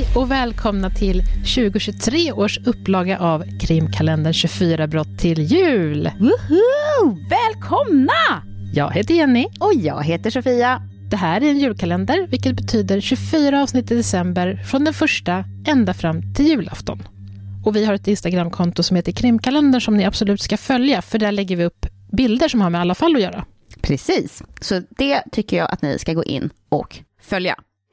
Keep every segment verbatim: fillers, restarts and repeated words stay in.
och välkomna till tjugohundratjugotre års upplaga av Krimkalendern tjugofyra brott till jul. Woho! Välkomna! Jag heter Jenny. Och jag heter Sofia. Det här är en julkalender, vilket betyder tjugofyra avsnitt i december från den första ända fram till julafton. Och vi har ett Instagramkonto som heter Krimkalendern som ni absolut ska följa, för där lägger vi upp bilder som har med alla fall att göra. Precis, så det tycker jag att ni ska gå in och följa.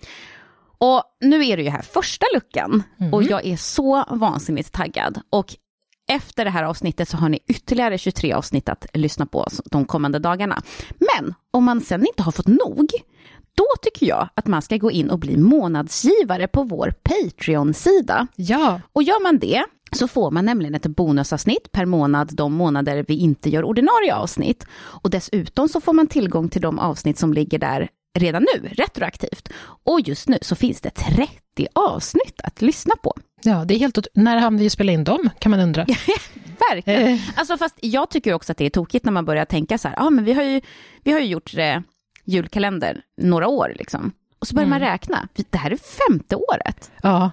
Och nu är det ju här första luckan mm. och jag är så vansinnigt taggad. Och efter det här avsnittet så har ni ytterligare tjugotre avsnitt att lyssna på de kommande dagarna. Men om man sen inte har fått nog, då tycker jag att man ska gå in och bli månadsgivare på vår Patreon-sida. Ja. Och gör man det så får man nämligen ett bonusavsnitt per månad de månader vi inte gör ordinarie avsnitt. Och dessutom så får man tillgång till de avsnitt som ligger där redan nu, retroaktivt. Och just nu så finns det trettio avsnitt att lyssna på. Ja, det är helt... När hamnar vi spela in dem, kan man undra. Verkligen. Eh. Alltså fast jag tycker också att det är tokigt när man börjar tänka så här, ja ah, men vi har ju, vi har ju gjort eh, julkalender några år liksom. Och så börjar mm. man räkna. Det här är femte året. Ja.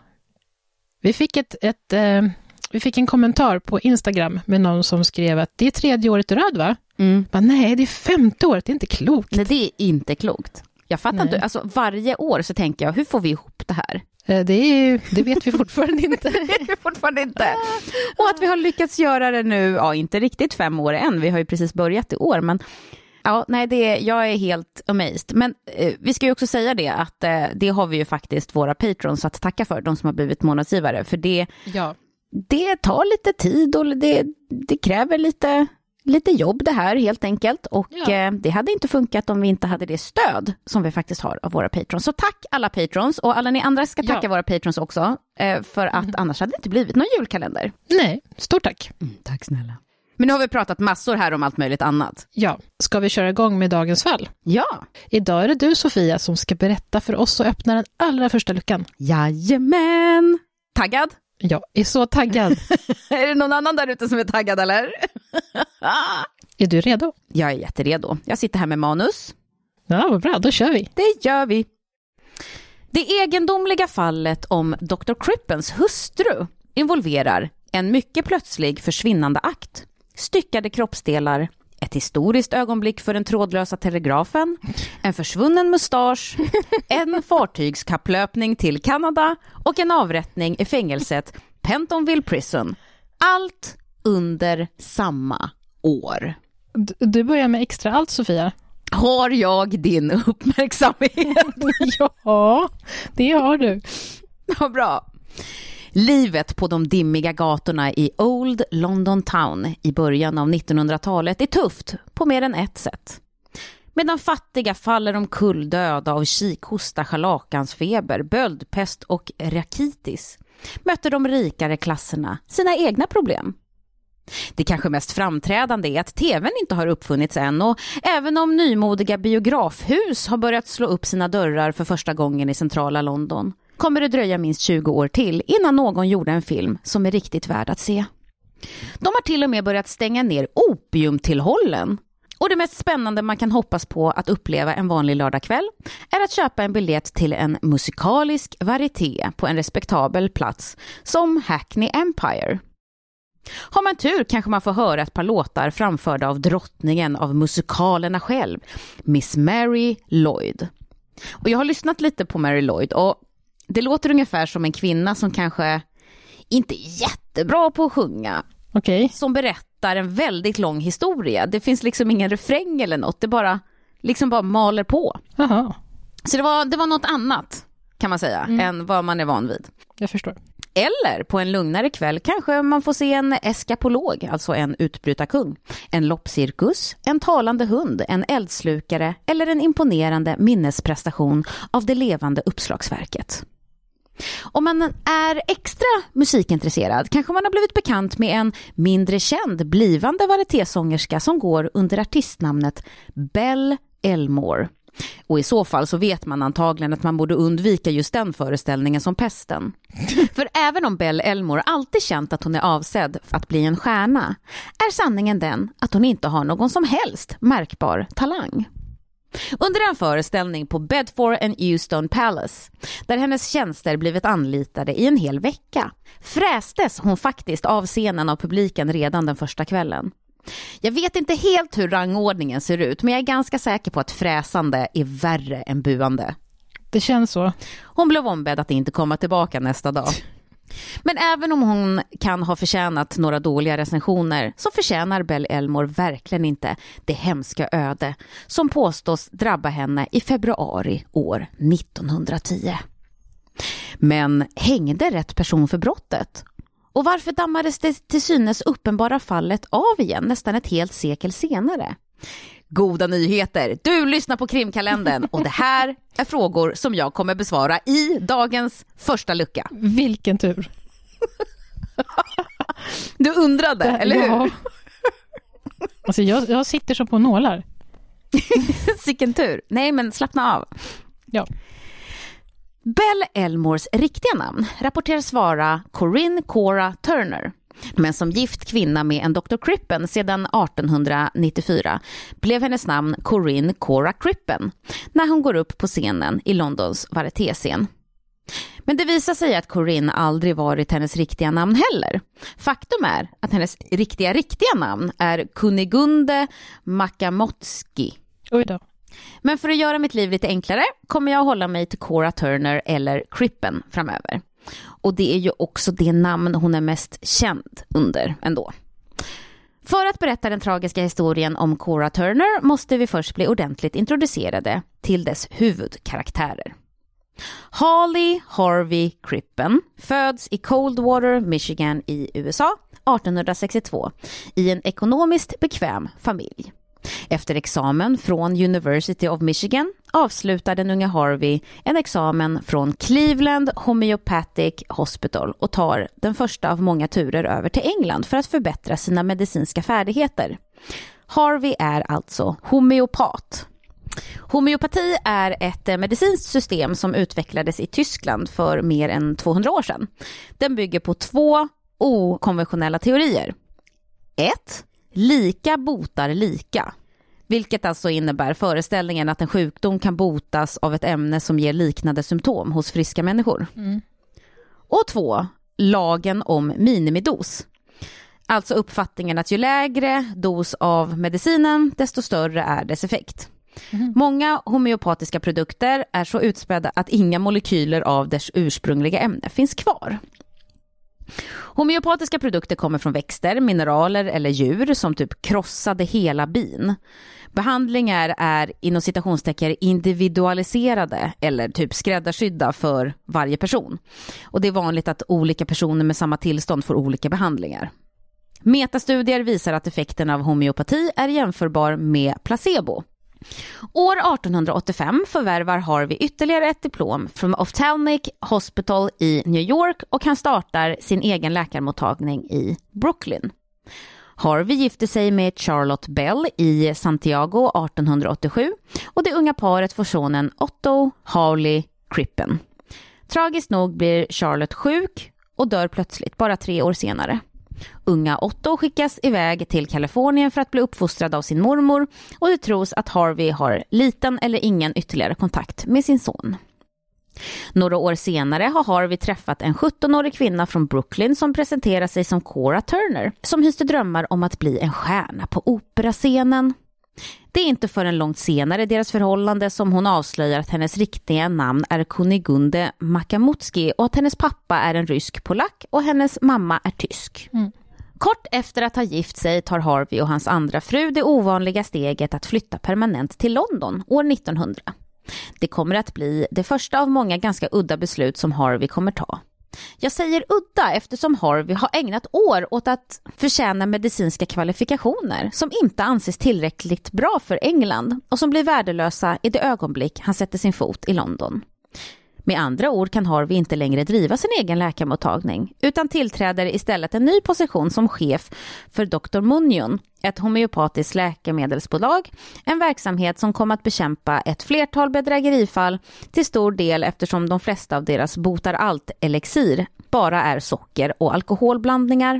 Vi fick ett... ett eh... Vi fick en kommentar på Instagram med någon som skrev att det är tredje året i rad, va? Mm. Men nej, det är femte året, det är inte klokt. Nej, det är inte klokt. Jag fattar nej. inte, alltså varje år så tänker jag, hur får vi ihop det här? Det, är, det vet vi fortfarande inte. Det vet vi fortfarande inte. Och att vi har lyckats göra det nu, ja inte riktigt fem år än, vi har ju precis börjat i år, men ja, nej, det, jag är helt amazed. Men eh, vi ska ju också säga det att eh, det har vi ju faktiskt våra patrons att tacka för, de som har blivit månadsgivare, för det... Ja. Det tar lite tid och det, det kräver lite, lite jobb det här helt enkelt. Och ja. eh, det hade inte funkat om vi inte hade det stöd som vi faktiskt har av våra patrons. Så tack alla patrons, och alla ni andra ska tacka ja. våra patrons också. Eh, för att mm. annars hade det inte blivit någon julkalender. Nej, stort tack. Mm, tack snälla. Men nu har vi pratat massor här om allt möjligt annat. Ja, ska vi köra igång med dagens fall? Ja. Idag är det du, Sofia, som ska berätta för oss och öppna den allra första luckan. Jajamän! Taggad? Jag är så taggad. Är det någon annan där ute som är taggad, eller? Är du redo? Jag är jätteredo. Jag sitter här med manus. Ja, vad bra. Då kör vi. Det gör vi. Det egendomliga fallet om doktor Crippens hustru involverar en mycket plötslig försvinnande akt, styckade kroppsdelar, ett historiskt ögonblick för den trådlösa telegrafen, en försvunnen mustasch, en fartygskapplöpning till Kanada och en avrättning i fängelset Pentonville Prison. Allt under samma år. Du, du börjar med extra allt, Sofia. Har jag din uppmärksamhet? Ja, det har du. Vad bra. Livet på de dimmiga gatorna i Old London Town i början av nittonhundratalet är tufft på mer än ett sätt. Medan fattiga faller omkull döda av kikhosta, scharlakansfeber, böldpest och rakitis möter de rikare klasserna sina egna problem. Det kanske mest framträdande är att tvn inte har uppfunnits än, och även om nymodiga biografhus har börjat slå upp sina dörrar för första gången i centrala London, kommer det dröja minst tjugo år till innan någon gjorde en film som är riktigt värd att se. De har till och med börjat stänga ner opiumtillhållen. Och det mest spännande man kan hoppas på att uppleva en vanlig lördagkväll är att köpa en biljett till en musikalisk varieté på en respektabel plats som Hackney Empire. Har man tur kanske man får höra ett par låtar framförda av drottningen av musikalerna själv, Miss Mary Lloyd. Och jag har lyssnat lite på Mary Lloyd, och det låter ungefär som en kvinna som kanske inte är jättebra på att sjunga. Okay. Som berättar en väldigt lång historia. Det finns liksom ingen refräng eller något. Det bara, liksom bara maler på. Aha. Så det var, det var något annat, kan man säga, mm. än vad man är van vid. Jag förstår. Eller på en lugnare kväll kanske man får se en eskapolog, alltså en utbrytarkung, en loppcirkus, en talande hund, en eldslukare eller en imponerande minnesprestation av det levande uppslagsverket. Om man är extra musikintresserad kanske man har blivit bekant med en mindre känd blivande varietésångerska som går under artistnamnet Belle Elmore. Och i så fall så vet man antagligen att man borde undvika just den föreställningen som pesten. För även om Belle Elmore alltid känt att hon är avsedd för att bli en stjärna, är sanningen den att hon inte har någon som helst märkbar talang. Under en föreställning på Bedford and Euston Palace, där hennes tjänster blivit anlitade i en hel vecka, frästes hon faktiskt av scenen av publiken redan den första kvällen. Jag vet inte helt hur rangordningen ser ut, men jag är ganska säker på att fräsande är värre än buande. Det känns så. Hon blev ombedd att inte komma tillbaka nästa dag. Men även om hon kan ha förtjänat några dåliga recensioner, så förtjänar Belle Elmore verkligen inte det hemska öde som påstås drabba henne i februari år nittonhundratio. Men hängde rätt person för brottet? Och varför dammades det till synes uppenbara fallet av igen nästan ett helt sekel senare? Goda nyheter! Du lyssnar på Krimkalendern och det här är frågor som jag kommer besvara i dagens första lucka. Vilken tur! Du undrade, det, eller hur? Ja. Alltså jag, jag sitter som på nålar. Sicken tur. Nej, men slappna av. Ja. Belle Elmores riktiga namn rapporteras vara Corinne Cora Turner. Men som gift kvinna med en doktor Crippen sedan artonhundranittiofyra blev hennes namn Corinne Cora Crippen när hon går upp på scenen i Londons varietéscen. Men det visar sig att Corinne aldrig varit hennes riktiga namn heller. Faktum är att hennes riktiga riktiga namn är Kunigunde Makamotski. Oj då. Men för att göra mitt liv lite enklare kommer jag att hålla mig till Cora Turner eller Crippen framöver. Och det är ju också det namn hon är mest känd under ändå. För att berätta den tragiska historien om Cora Turner måste vi först bli ordentligt introducerade till dess huvudkaraktärer. Holly Harvey Crippen föds i Coldwater, Michigan i U S A artonhundrasextiotvå i en ekonomiskt bekväm familj. Efter examen från University of Michigan avslutar den unga Harvey en examen från Cleveland Homeopathic Hospital och tar den första av många turer över till England för att förbättra sina medicinska färdigheter. Harvey är alltså homeopat. Homeopati är ett medicinskt system som utvecklades i Tyskland för mer än tvåhundra år sedan. Den bygger på två okonventionella teorier. ett. Lika botar lika. Vilket alltså innebär föreställningen att en sjukdom kan botas av ett ämne som ger liknande symptom hos friska människor. Mm. Och två. Lagen om minimidos. Alltså uppfattningen att ju lägre dos av medicinen, desto större är dess effekt. Mm. Många homeopatiska produkter är så utspädda att inga molekyler av dess ursprungliga ämne finns kvar. Homeopatiska produkter kommer från växter, mineraler eller djur som typ krossade hela bin. Behandlingar är inom citationstecken individualiserade eller typ skräddarsydda för varje person. Och det är vanligt att olika personer med samma tillstånd får olika behandlingar. Metastudier visar att effekten av homeopati är jämförbar med placebo. År artonhundraåttiofem förvärvar Harvey ytterligare ett diplom från Ophthalmic Hospital i New York och han startar sin egen läkarmottagning i Brooklyn. Harvey gifte sig med Charlotte Bell i Santiago artonhundraåttiosju och det unga paret får sonen Otto Hawley Crippen. Tragiskt nog blir Charlotte sjuk och dör plötsligt bara tre år senare. Unga Otto skickas iväg till Kalifornien för att bli uppfostrad av sin mormor och det tros att Harvey har liten eller ingen ytterligare kontakt med sin son. Några år senare har Harvey träffat en sjuttonårig kvinna från Brooklyn som presenterar sig som Cora Turner, som hyste drömmar om att bli en stjärna på operascenen. Det är inte förrän långt senare deras förhållande som hon avslöjar att hennes riktiga namn är Kunigunde Makamotski och att hennes pappa är en rysk polack och hennes mamma är tysk. Mm. Kort efter att ha gift sig tar Harvey och hans andra fru det ovanliga steget att flytta permanent till London år nittonhundra. Det kommer att bli det första av många ganska udda beslut som Harvey kommer ta. Jag säger udda eftersom Harvey har ägnat år åt att förtjäna medicinska kvalifikationer som inte anses tillräckligt bra för England och som blir värdelösa i det ögonblick han sätter sin fot i London. Med andra ord kan Harvey inte längre driva sin egen läkarmottagning utan tillträder istället en ny position som chef för doktor Munion, ett homeopatiskt läkemedelsbolag, en verksamhet som kommer att bekämpa ett flertal bedrägerifall till stor del eftersom de flesta av deras botar allt elixir bara är socker och alkoholblandningar.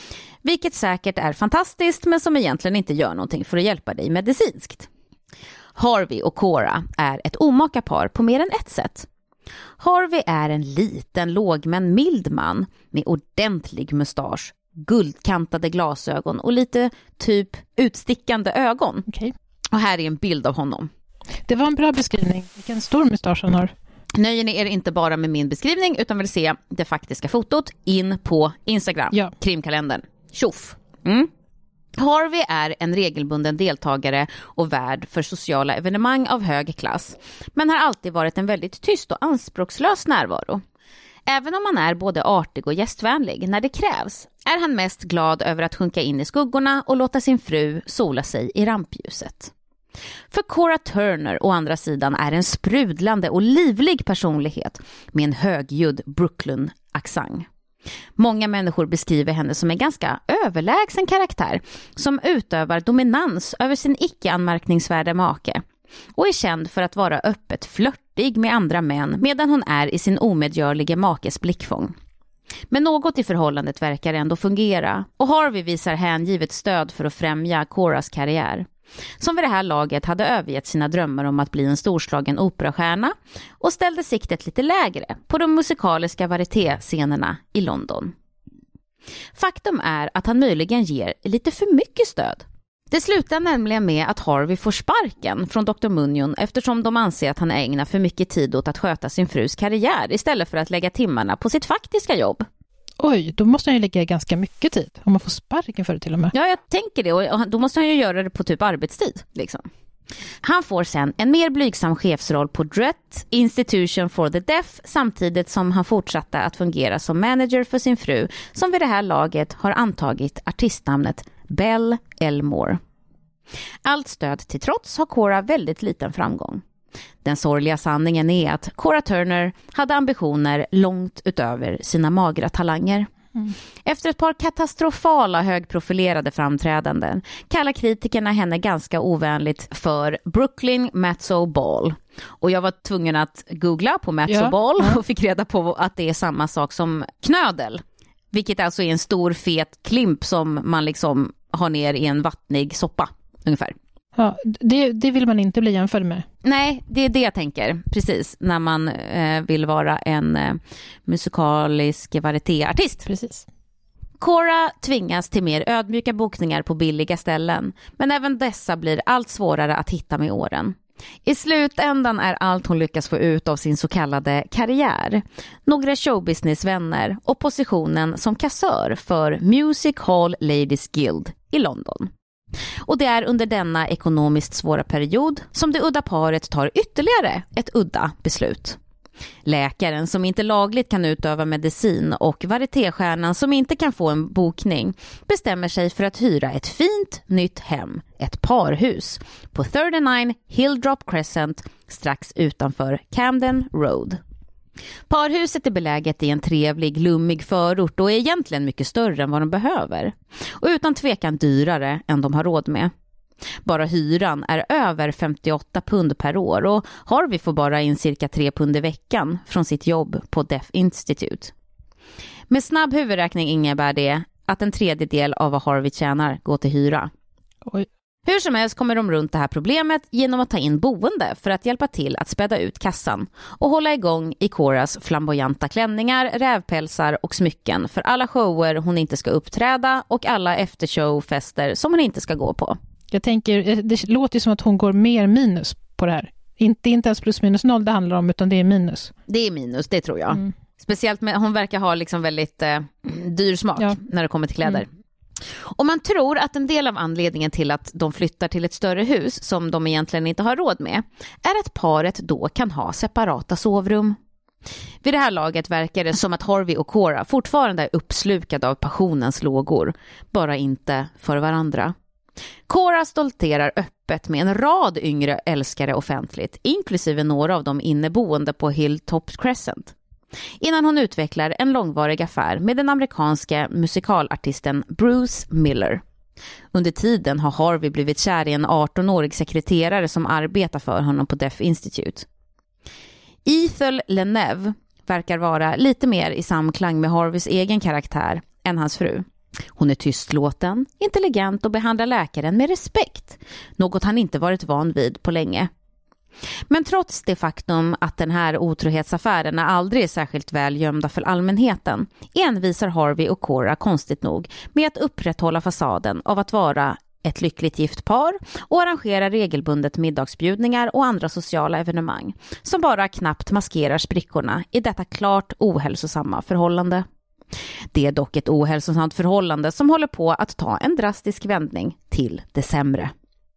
Vilket säkert är fantastiskt men som egentligen inte gör någonting för att hjälpa dig medicinskt. Harvey och Cora är ett omaka par på mer än ett sätt. Harvey är en liten, låg men mild man med ordentlig mustasch, guldkantade glasögon och lite typ utstickande ögon. Okay. Och här är en bild av honom. Det var en bra beskrivning. Vilken stor mustasch han har. Nöjer ni er inte bara med min beskrivning utan vill se det faktiska fotot, in på Instagram, ja. Krimkalendern. Tjoff! Mm. Harvey är en regelbunden deltagare och värd för sociala evenemang av hög klass, men har alltid varit en väldigt tyst och anspråkslös närvaro. Även om han är både artig och gästvänlig när det krävs, är han mest glad över att sjunka in i skuggorna och låta sin fru sola sig i rampljuset. För Cora Turner å andra sidan är en sprudlande och livlig personlighet med en högljudd Brooklyn-accent. Många människor beskriver henne som en ganska överlägsen karaktär som utövar dominans över sin icke-anmärkningsvärda make och är känd för att vara öppet flörtig med andra män medan hon är i sin omedgörliga makes blickfång. Men något i förhållandet verkar ändå fungera och Harvey visar hängivet stöd för att främja Coras karriär, som vid det här laget hade övergett sina drömmar om att bli en storslagen operastjärna och ställde siktet lite lägre på de musikaliska varietéscenerna i London. Faktum är att han möjligen ger lite för mycket stöd. Det slutar nämligen med att Harvey får sparken från doktor Munyon eftersom de anser att han ägnar för mycket tid åt att sköta sin frus karriär istället för att lägga timmarna på sitt faktiska jobb. Oj, då måste han ju lägga ganska mycket tid. Om man får sparken för det till och med. Ja, jag tänker det. Och då måste han ju göra det på typ arbetstid. Liksom. Han får sen en mer blygsam chefsroll på D R E T, Institution for the Deaf, samtidigt som han fortsatte att fungera som manager för sin fru, som vid det här laget har antagit artistnamnet Belle Elmore. Allt stöd till trots har Cora väldigt liten framgång. Den sorgliga sanningen är att Cora Turner hade ambitioner långt utöver sina magra talanger. Mm. Efter ett par katastrofala högprofilerade framträdanden kallar kritikerna henne ganska ovänligt för Brooklyn Matzo Ball. Och jag var tvungen att googla på Matzo ja, Ball ja. och fick reda på att det är samma sak som knödel. Vilket alltså är en stor fet klimp som man liksom har ner i en vattnig soppa ungefär. Ja, det, det vill man inte bli jämförd med. Nej, det är det jag tänker. Precis, när man eh, vill vara en eh, musikalisk varietéartist. Precis. Cora tvingas till mer ödmjuka bokningar på billiga ställen, men även dessa blir allt svårare att hitta med åren. I slutändan är allt hon lyckas få ut av sin så kallade karriär några showbusinessvänner och positionen som kassör för Music Hall Ladies Guild i London. Och det är under denna ekonomiskt svåra period som det udda paret tar ytterligare ett udda beslut. Läkaren som inte lagligt kan utöva medicin och varietésstjärnan som inte kan få en bokning bestämmer sig för att hyra ett fint nytt hem, ett parhus, på trettionio Hilldrop Crescent strax utanför Camden Road. Parhuset är beläget i en trevlig, lummig förort och är egentligen mycket större än vad de behöver. Och utan tvekan dyrare än de har råd med. Bara hyran är över femtioåtta pund per år och Harvey får bara in cirka tre pund i veckan från sitt jobb på Deaf Institute. Med snabb huvudräkning innebär det att en tredjedel av vad Harvey tjänar går till hyra. Oj. Hur som helst kommer de runt det här problemet genom att ta in boende för att hjälpa till att späda ut kassan och hålla igång i Coras flamboyanta klänningar, rävpälsar och smycken för alla shower hon inte ska uppträda och alla eftershowfester som hon inte ska gå på. Jag tänker, det låter som att hon går mer minus på det här. Inte, inte ens plus minus noll det handlar om, utan det är minus. Det är minus, det tror jag. Mm. Speciellt med, hon verkar ha liksom väldigt eh, dyr smak ja. när det kommer till kläder. Mm. Och man tror att en del av anledningen till att de flyttar till ett större hus som de egentligen inte har råd med är att paret då kan ha separata sovrum. Vid det här laget verkar det som att Harvey och Cora fortfarande är uppslukade av passionens lågor, bara inte för varandra. Cora stolterar öppet med en rad yngre älskare offentligt, inklusive några av dem inneboende på Hilltop Crescent, innan hon utvecklar en långvarig affär med den amerikanska musikalartisten Bruce Miller. Under tiden har Harvey blivit kär i en arton-årig sekreterare som arbetar för honom på Deaf Institute. Ethel Leneve verkar vara lite mer i samklang med Harveys egen karaktär än hans fru. Hon är tystlåten, intelligent och behandlar läkaren med respekt, något han inte varit van vid på länge. Men trots det faktum att den här otrohetsaffärerna aldrig är särskilt väl gömda för allmänheten, envisar Harvey och Cora konstigt nog med att upprätthålla fasaden av att vara ett lyckligt gift par och arrangera regelbundet middagsbjudningar och andra sociala evenemang som bara knappt maskerar sprickorna i detta klart ohälsosamma förhållande. Det är dock ett ohälsosamt förhållande som håller på att ta en drastisk vändning till det sämre.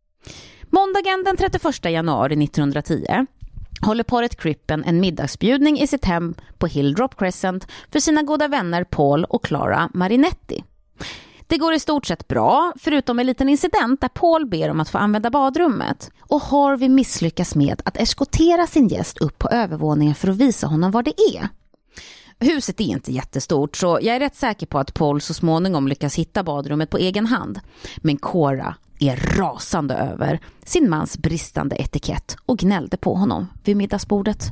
Måndagen den trettioförsta januari nittonhundratio håller paret Crippen en middagsbjudning i sitt hem på Hilldrop Crescent för sina goda vänner Paul och Clara Marinetti. Det går i stort sett bra, förutom en liten incident där Paul ber om att få använda badrummet och Harvey misslyckas med att eskortera sin gäst upp på övervåningen för att visa honom vad det är. Huset är inte jättestort, så jag är rätt säker på att Paul så småningom lyckas hitta badrummet på egen hand. Men Cora är rasande över sin mans bristande etikett och gnällde på honom vid middagsbordet.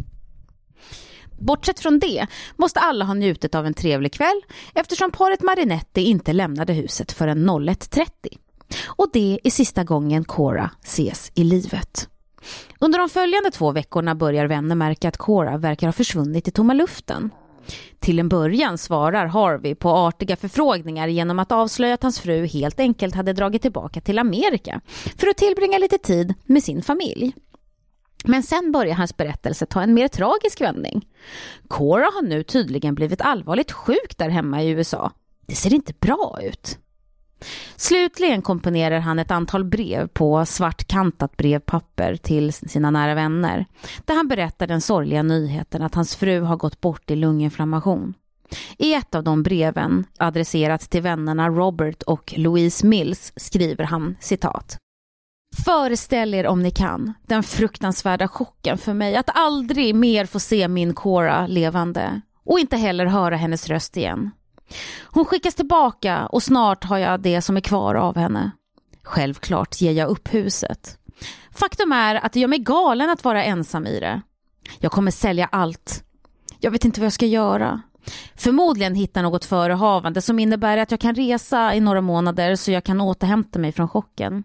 Bortsett från det måste alla ha njutit av en trevlig kväll eftersom paret Marinetti inte lämnade huset förrän ett trettio. Och det är sista gången Cora ses i livet. Under de följande två veckorna börjar vänner märka att Cora verkar ha försvunnit i tomma luften. Till en början svarar Harvey på artiga förfrågningar genom att avslöja att hans fru helt enkelt hade dragit tillbaka till Amerika för att tillbringa lite tid med sin familj. Men sen börjar hans berättelse ta en mer tragisk vändning. Cora har nu tydligen blivit allvarligt sjuk där hemma i U S A. Det ser inte bra ut. Slutligen komponerar han ett antal brev på svartkantat brevpapper till sina nära vänner, där han berättar den sorgliga nyheten att hans fru har gått bort i lunginflammation. I ett av de breven, adresserat till vännerna Robert och Louise Mills, skriver han citat: "Föreställ er om ni kan den fruktansvärda chocken för mig att aldrig mer få se min Cora levande och inte heller höra hennes röst igen. Hon skickas tillbaka och snart har jag det som är kvar av henne. Självklart ger jag upp huset. Faktum är att det gör mig galen att vara ensam i det. Jag kommer sälja allt. Jag vet inte vad jag ska göra. Förmodligen hitta något förehavande som innebär att jag kan resa i några månader så jag kan återhämta mig från chocken.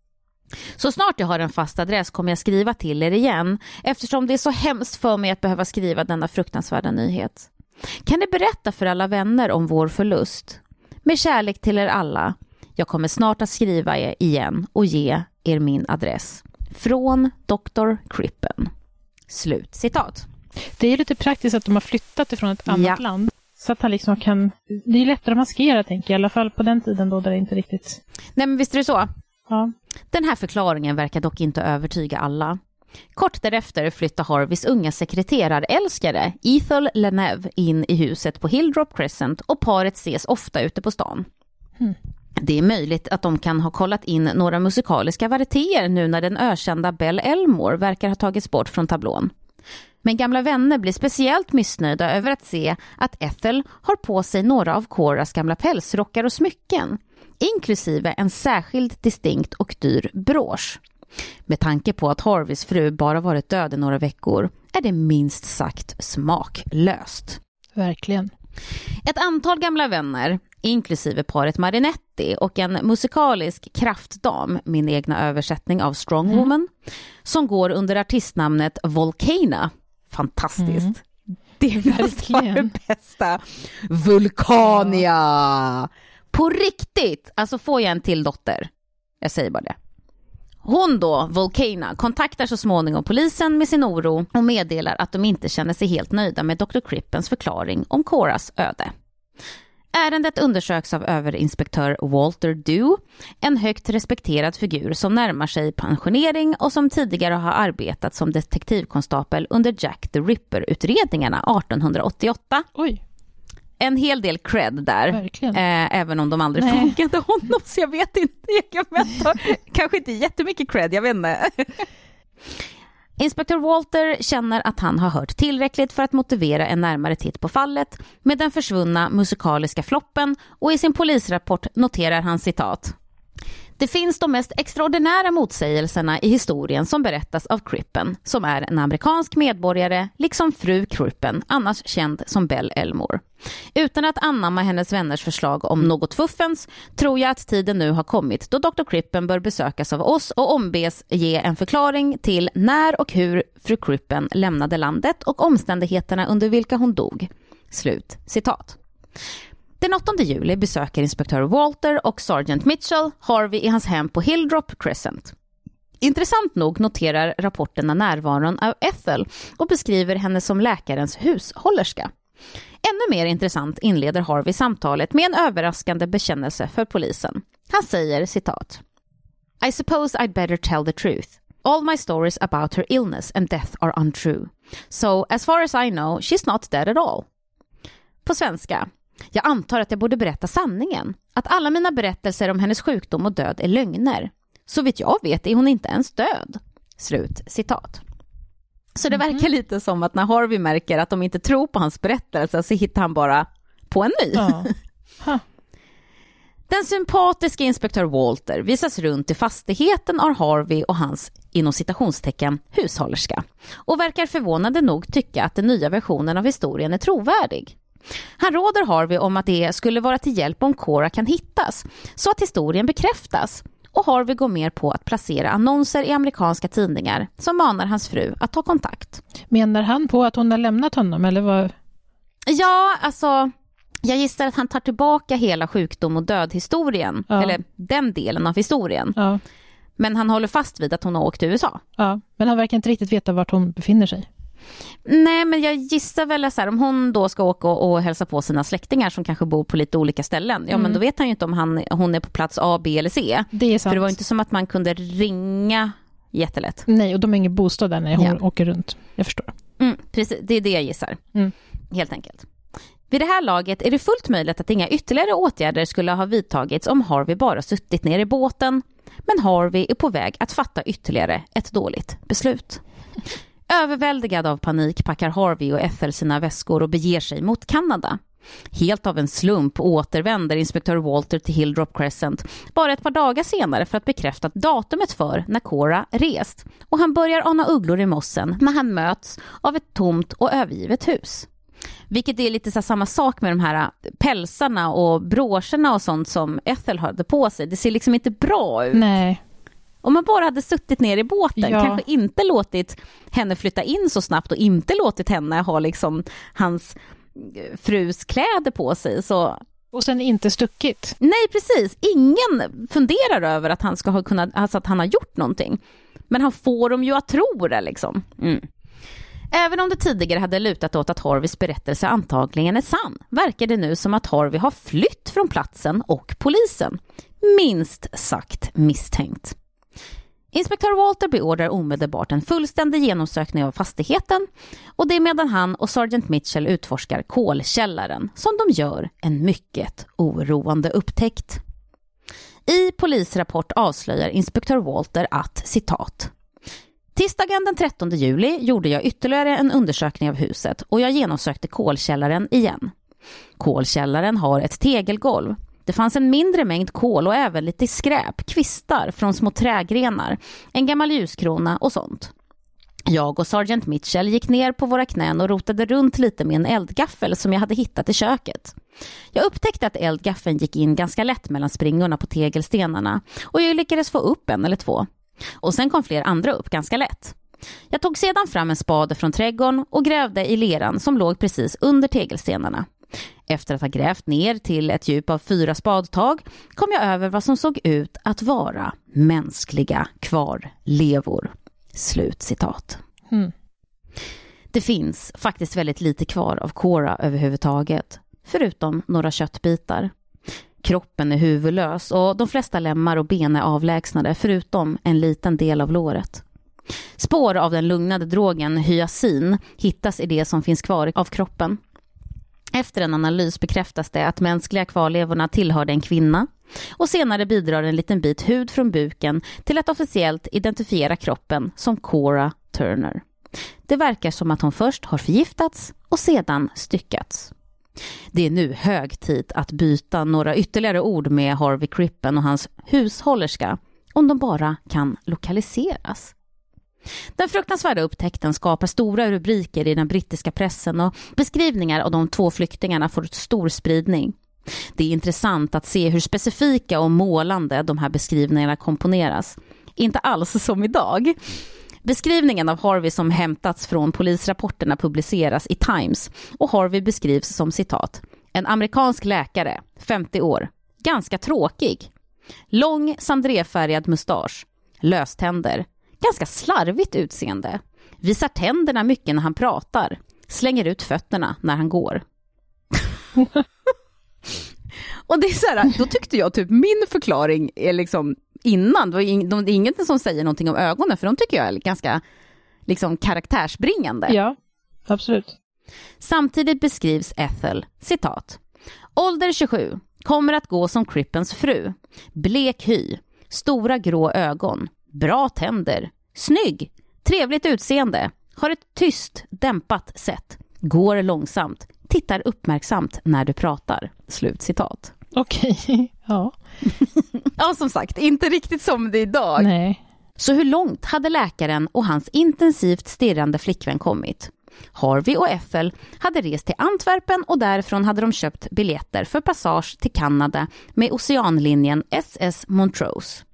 Så snart jag har en fast adress kommer jag skriva till er igen eftersom det är så hemskt för mig att behöva skriva denna fruktansvärda nyhet. Kan ni berätta för alla vänner om vår förlust? Med kärlek till er alla. Jag kommer snart att skriva er igen och ge er min adress. Från doktor Crippen." Slut citat. Det är lite praktiskt att de har flyttat ifrån ett annat Ja. land. Så att han liksom kan... Det är lättare att maskera, tänker jag. I alla fall på den tiden då, där det inte riktigt... Nej, men visst är det så. Ja. Den här förklaringen verkar dock inte övertyga alla. Kort därefter flyttar Harveys unga sekreterarälskare Ethel Leneve in i huset på Hilldrop Crescent och paret ses ofta ute på stan. Mm. Det är möjligt att de kan ha kollat in några musikaliska varietéer nu när den ökända Belle Elmore verkar ha tagits bort från tablån. Men gamla vänner blir speciellt missnöjda över att se att Ethel har på sig några av Coras gamla pälsrockar och smycken, inklusive en särskilt distinkt och dyr brosch. Med tanke på att Harveys fru bara varit död i några veckor är det minst sagt smaklöst. Verkligen. Ett antal gamla vänner, inklusive paret Marinetti och en musikalisk kraftdam, min egna översättning av Strong Mm. Woman, som går under artistnamnet Volcana. Fantastiskt. Mm. Det är nästan det bästa. Vulcania. Ja. På riktigt. Alltså får jag en till dotter. Jag säger bara det. Hon då, Volcana, kontaktar så småningom polisen med sin oro och meddelar att de inte känner sig helt nöjda med doktor Crippens förklaring om Coras öde. Ärendet undersöks av överinspektör Walter Dew, en högt respekterad figur som närmar sig pensionering och som tidigare har arbetat som detektivkonstapel under Jack the Ripper-utredningarna artonhundraåttioåtta. Oj. En hel del cred där, eh, även om de aldrig Nej. frågade honom, så jag vet inte, jag kan vänta. Kanske inte jättemycket cred, jag vet inte. Inspektör Walter känner att han har hört tillräckligt för att motivera en närmare titt på fallet med den försvunna musikaliska floppen och i sin polisrapport noterar han citat: Det finns de mest extraordinära motsägelserna i historien som berättas av Crippen, som är en amerikansk medborgare, liksom fru Crippen, annars känd som Belle Elmore. Utan att anamma hennes vänners förslag om något fuffens tror jag att tiden nu har kommit då doktor Crippen bör besökas av oss och ombes ge en förklaring till när och hur fru Crippen lämnade landet och omständigheterna under vilka hon dog. Slut citat. Den åttonde juli besöker inspektör Walter och sergeant Mitchell Harvey i hans hem på Hilldrop Crescent. Intressant nog noterar rapporterna närvaron av Ethel och beskriver henne som läkarens hushållerska. Ännu mer intressant inleder Harvey samtalet med en överraskande bekännelse för polisen. Han säger citat: I suppose I'd better tell the truth. All my stories about her illness and death are untrue. So as far as I know, she's not dead at all. På svenska: jag antar att jag borde berätta sanningen. Att alla mina berättelser om hennes sjukdom och död är lögner. Så vitt jag vet är hon inte ens död. Slut citat. Så det verkar lite som att när Harvey märker att de inte tror på hans berättelse så hittar han bara på en ny. Ja. Huh. Den sympatiska inspektör Walter visas runt i fastigheten av Harvey och hans inom citationstecken hushållerska och verkar förvånande nog tycka att den nya versionen av historien är trovärdig. Han råder Harvey om att det skulle vara till hjälp om Cora kan hittas så att historien bekräftas, och Harvey går med på att placera annonser i amerikanska tidningar som manar hans fru att ta kontakt. Menar han på att hon har lämnat honom eller vad? Ja, alltså jag gissar att han tar tillbaka hela sjukdom och dödhistorien, ja. eller den delen av historien. Ja. Men han håller fast vid att hon har åkt till U S A. Ja, men han verkar inte riktigt veta vart hon befinner sig. Nej, men jag gissar väl så här, om hon då ska åka och, och hälsa på sina släktingar som kanske bor på lite olika ställen. Ja, mm. men då vet han ju inte om han, hon är på plats A, B eller C. Det är sant. För det var inte som att man kunde ringa jättelätt. Nej, och de har ingen bostad där när hon ja. åker runt. Jag förstår. Mm, precis, det är det jag gissar. Mm. Helt enkelt. Vid det här laget är det fullt möjligt att inga ytterligare åtgärder skulle ha vidtagits om Harvey bara suttit ner i båten. Men Harvey är på väg att fatta ytterligare ett dåligt beslut. Överväldigad av panik packar Harvey och Ethel sina väskor och beger sig mot Kanada. Helt av en slump återvänder inspektör Walter till Hilldrop Crescent bara ett par dagar senare för att bekräfta datumet för när Cora rest. Och han börjar ana ugglor i mossen när han möts av ett tomt och övergivet hus. Vilket är lite så samma sak med de här pälsarna och broscherna och sånt som Ethel hade på sig. Det ser liksom inte bra ut. Nej. Om man bara hade suttit ner i båten, ja. kanske inte låtit henne flytta in så snabbt och inte låtit henne ha liksom hans frus kläder på sig. Så... Och sen inte stuckit. Nej, precis. Ingen funderar över att han ska ha kunnat, alltså att han har gjort någonting. Men han får dem ju att tro det liksom. Mm. Även om det tidigare hade lutat åt att Harveys berättelse antagligen är sann, verkar det nu som att Harvey har flytt från platsen och polisen. Minst sagt misstänkt. Inspektör Walter beordrar omedelbart en fullständig genomsökning av fastigheten, och det är medan han och sergeant Mitchell utforskar kolkällaren som de gör en mycket oroande upptäckt. I polisrapport avslöjar inspektör Walter att, citat, tisdagen den trettonde juli gjorde jag ytterligare en undersökning av huset och jag genomsökte kolkällaren igen. Kolkällaren har ett tegelgolv. Det fanns en mindre mängd kol och även lite skräp, kvistar från små trägrenar, en gammal ljuskrona och sånt. Jag och sergeant Mitchell gick ner på våra knän och rotade runt lite med en eldgaffel som jag hade hittat i köket. Jag upptäckte att eldgaffeln gick in ganska lätt mellan springorna på tegelstenarna och jag lyckades få upp en eller två. Och sen kom fler andra upp ganska lätt. Jag tog sedan fram en spade från trädgården och grävde i leran som låg precis under tegelstenarna. Efter att ha grävt ner till ett djup av fyra spadtag kom jag över vad som såg ut att vara mänskliga kvarlevor. Slut citat. Mm. Det finns faktiskt väldigt lite kvar av Cora överhuvudtaget, förutom några köttbitar. Kroppen är huvudlös och de flesta lemmar och ben är avlägsnade förutom en liten del av låret. Spår av den lugnade drogen hyasin hittas i det som finns kvar av kroppen. Efter en analys bekräftas det att mänskliga kvarlevorna tillhörde en kvinna och senare bidrar en liten bit hud från buken till att officiellt identifiera kroppen som Cora Turner. Det verkar som att hon först har förgiftats och sedan styckats. Det är nu hög tid att byta några ytterligare ord med Harvey Crippen och hans hushållerska, om de bara kan lokaliseras. Den fruktansvärda upptäckten skapar stora rubriker i den brittiska pressen och beskrivningar av de två flyktingarna får stor spridning. Det är intressant att se hur specifika och målande de här beskrivningarna komponeras. Inte alls som idag. Beskrivningen av Harvey som hämtats från polisrapporterna publiceras i Times och Harvey beskrivs som citat: en amerikansk läkare, femtio år, ganska tråkig. Lång sandrefärgad mustasch, löständer, ganska slarvigt utseende. Visar tänderna mycket när han pratar, slänger ut fötterna när han går. Och det är så här, då tyckte jag typ min förklaring är liksom innan, det är inget som säger någonting om ögonen, för de tycker jag är ganska liksom karaktärsbringande. Ja, absolut. Samtidigt beskrivs Ethel, citat: ålder tjugosju, kommer att gå som Crippens fru, blek hy, stora grå ögon, bra tänder, snygg, trevligt utseende, har ett tyst, dämpat sätt, går långsamt, tittar uppmärksamt när du pratar. Slut citat. Okej, ja. Ja, som sagt, inte riktigt som det är idag. Nej. Så hur långt hade läkaren och hans intensivt stirrande flickvän kommit? Harvey och Ethel hade rest till Antwerpen och därifrån hade de köpt biljetter för passage till Kanada med oceanlinjen S S Montrose.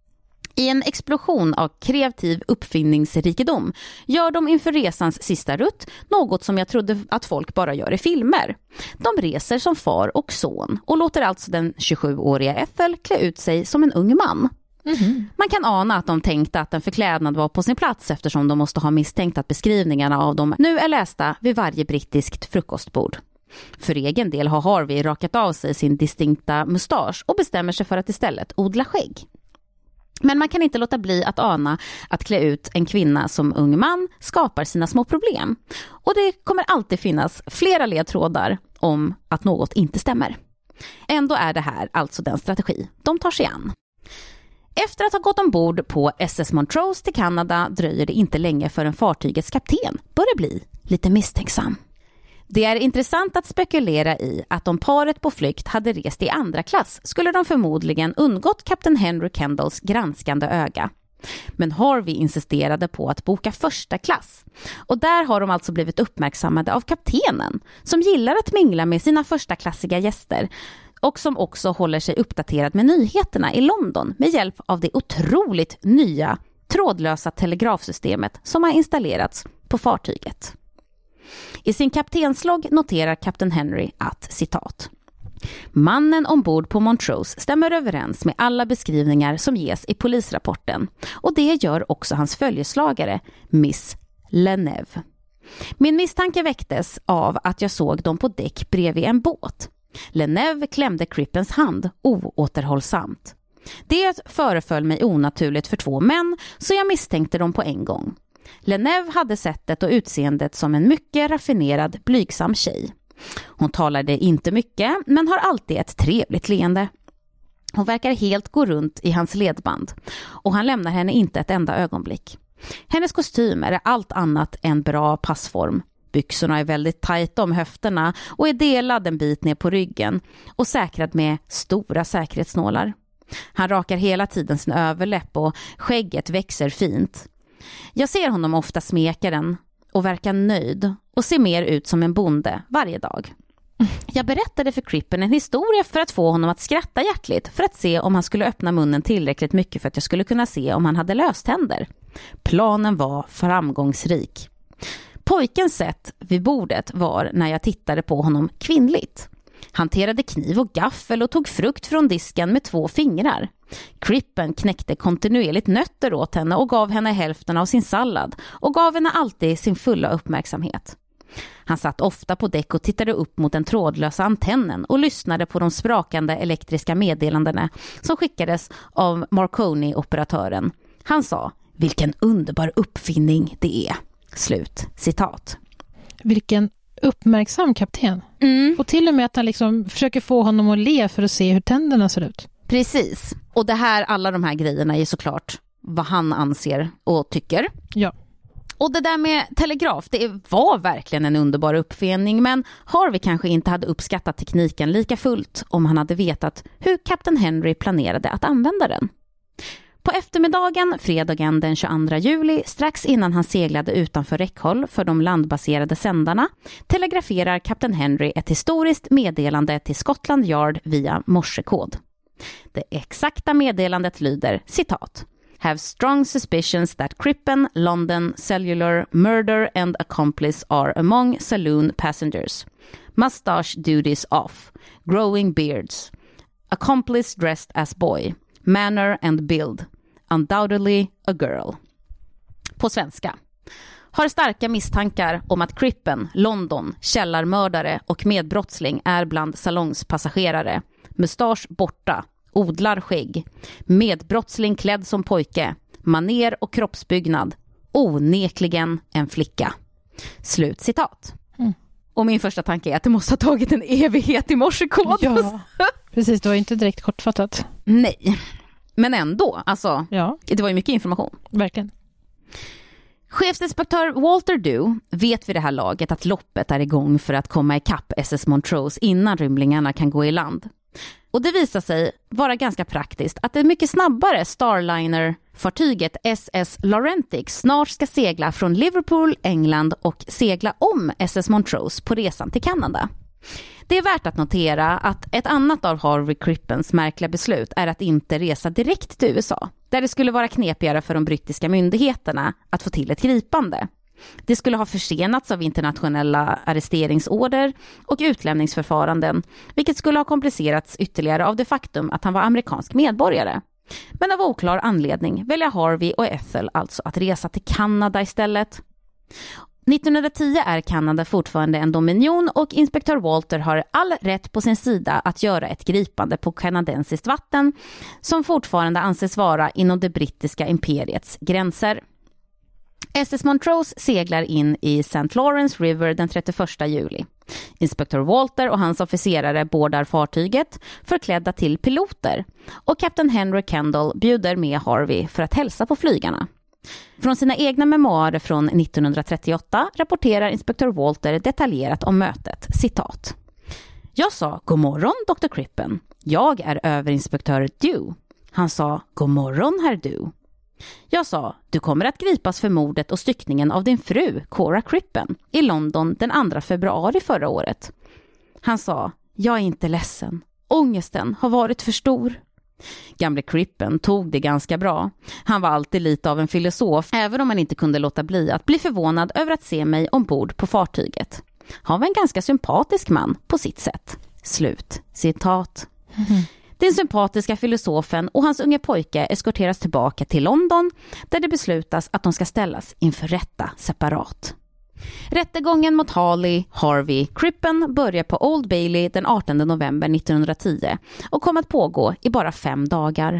I en explosion av kreativ uppfinningsrikedom gör de inför resans sista rutt något som jag trodde att folk bara gör i filmer. De reser som far och son och låter alltså den tjugosjuåriga Ethel klä ut sig som en ung man. Mm-hmm. Man kan ana att de tänkte att en förklädnad var på sin plats eftersom de måste ha misstänkt att beskrivningarna av dem nu är lästa vid varje brittiskt frukostbord. För egen del har Harvey rakat av sig sin distinkta mustasch och bestämmer sig för att istället odla skägg. Men man kan inte låta bli att ana att klä ut en kvinna som ung man skapar sina små problem. Och det kommer alltid finnas flera ledtrådar om att något inte stämmer. Ändå är det här alltså den strategi de tar sig an. Efter att ha gått ombord på S S Montrose till Kanada dröjer det inte länge förrän fartygets kapten börjar bli lite misstänksam. Det är intressant att spekulera i att om paret på flykt hade rest i andra klass skulle de förmodligen undgått kapten Henry Kendalls granskande öga. Men Harvey insisterade på att boka första klass. Och där har de alltså blivit uppmärksammade av kaptenen som gillar att mingla med sina första klassiga gäster och som också håller sig uppdaterad med nyheterna i London med hjälp av det otroligt nya trådlösa telegrafsystemet som har installerats på fartyget. I sin kaptenslogg noterar kapten Henry att, citat: mannen ombord på Montrose stämmer överens med alla beskrivningar som ges i polisrapporten och det gör också hans följeslagare, Miss Leneve. Min misstanke väcktes av att jag såg dem på däck bredvid en båt. Leneve klämde Crippens hand oåterhållsamt. Det föreföll mig onaturligt för två män så jag misstänkte dem på en gång. Leneve hade sättet och utseendet som en mycket raffinerad, blygsam tjej. Hon talade inte mycket men har alltid ett trevligt leende. Hon verkar helt gå runt i hans ledband och han lämnar henne inte ett enda ögonblick. Hennes kostym är allt annat än bra passform. Byxorna är väldigt tajta om höfterna och är delad en bit ner på ryggen och säkrad med stora säkerhetsnålar. Han rakar hela tiden sin överläpp och skägget växer fint. Jag ser honom ofta smeka den och verkar nöjd och ser mer ut som en bonde varje dag. Jag berättade för Crippen en historia för att få honom att skratta hjärtligt för att se om han skulle öppna munnen tillräckligt mycket för att jag skulle kunna se om han hade löständer. Planen var framgångsrik. Pojkens sätt vid bordet var när jag tittade på honom kvinnligt. Hanterade kniv och gaffel och tog frukt från disken med två fingrar. Crippen knäckte kontinuerligt nötter åt henne och gav henne hälften av sin sallad och gav henne alltid sin fulla uppmärksamhet. Han satt ofta på däck och tittade upp mot den trådlösa antennen och lyssnade på de sprakande elektriska meddelandena som skickades av Marconi-operatören. Han sa, vilken underbar uppfinning det är. Slut, citat. Vilken uppmärksam kapten. Mm. Och till och med att han liksom försöker få honom att le för att se hur tänderna ser ut. Precis. Och det här, alla de här grejerna är såklart vad han anser och tycker. Ja. Och det där med telegraf, det var verkligen en underbar uppfinning, men Harvey kanske inte hade uppskattat tekniken lika fullt om han hade vetat hur kapten Henry planerade att använda den. På eftermiddagen, fredagen den tjugoandra juli, strax innan han seglade utanför räckhåll för de landbaserade sändarna, telegraferar kapten Henry ett historiskt meddelande till Scotland Yard via morsekod. Det exakta meddelandet lyder, citat: "Have strong suspicions that Crippen, London, Cellular, Murder and Accomplice are among saloon passengers. Mustache duties off. Growing beards. Accomplice dressed as boy. Manner and build. Undoubtedly a girl." På svenska. Har starka misstankar om att Crippen, London, källarmördare och medbrottsling är bland salongspassagerare. Mustasch borta. Odlar skägg. Medbrottsling klädd som pojke. Maner och kroppsbyggnad. Onekligen en flicka. Slut citat. Mm. Och min första tanke är att det måste ha tagit en evighet i morsekod. Ja, precis. Det var inte direkt kortfattat. Nej. Men ändå, alltså, ja. Det var ju mycket information. Verkligen. Chefsinspektör Walter Dew vet vid det här laget att loppet är igång för att komma ikapp S S Montrose innan rymlingarna kan gå i land. Och det visar sig vara ganska praktiskt att det mycket snabbare Starliner-fartyget S S Laurentics snart ska segla från Liverpool, England och segla om S S Montrose på resan till Kanada. Det är värt att notera att ett annat av Harvey Crippens märkliga beslut är att inte resa direkt till U S A, där det skulle vara knepigare för de brittiska myndigheterna att få till ett gripande. Det skulle ha försenats av internationella arresteringsorder och utlämningsförfaranden, vilket skulle ha komplicerats ytterligare av det faktum att han var amerikansk medborgare. Men av oklar anledning väljer Harvey och Ethel alltså att resa till Kanada istället. nittonhundratio är Kanada fortfarande en dominion och inspektör Walter har all rätt på sin sida att göra ett gripande på kanadensiskt vatten som fortfarande anses vara inom det brittiska imperiets gränser. S S Montrose seglar in i Saint Lawrence River den trettioförsta juli. Inspektör Walter och hans officerare boardar fartyget förklädda till piloter och kapten Henry Kendall bjuder med Harvey för att hälsa på flygarna. Från sina egna memoarer från nittonhundratrettioåtta rapporterar inspektör Walter detaljerat om mötet, citat: "Jag sa, god morgon doktor Crippen. Jag är överinspektör Dew. Han sa, god morgon herr Dew. Jag sa, du kommer att gripas för mordet och styckningen av din fru, Cora Crippen, i London den andra februari förra året. Han sa, jag är inte ledsen. Ångesten har varit för stor. Gamle Crippen tog det ganska bra. Han var alltid lite av en filosof, även om han inte kunde låta bli att bli förvånad över att se mig ombord på fartyget. Han var en ganska sympatisk man på sitt sätt." Slut citat. Mm. Den sympatiska filosofen och hans unge pojke eskorteras tillbaka till London, där det beslutas att de ska ställas inför rätta separat. Rättegången mot Harley, Harvey, Crippen börjar på Old Bailey den artonde november nittonhundratio och kommer att pågå i bara fem dagar.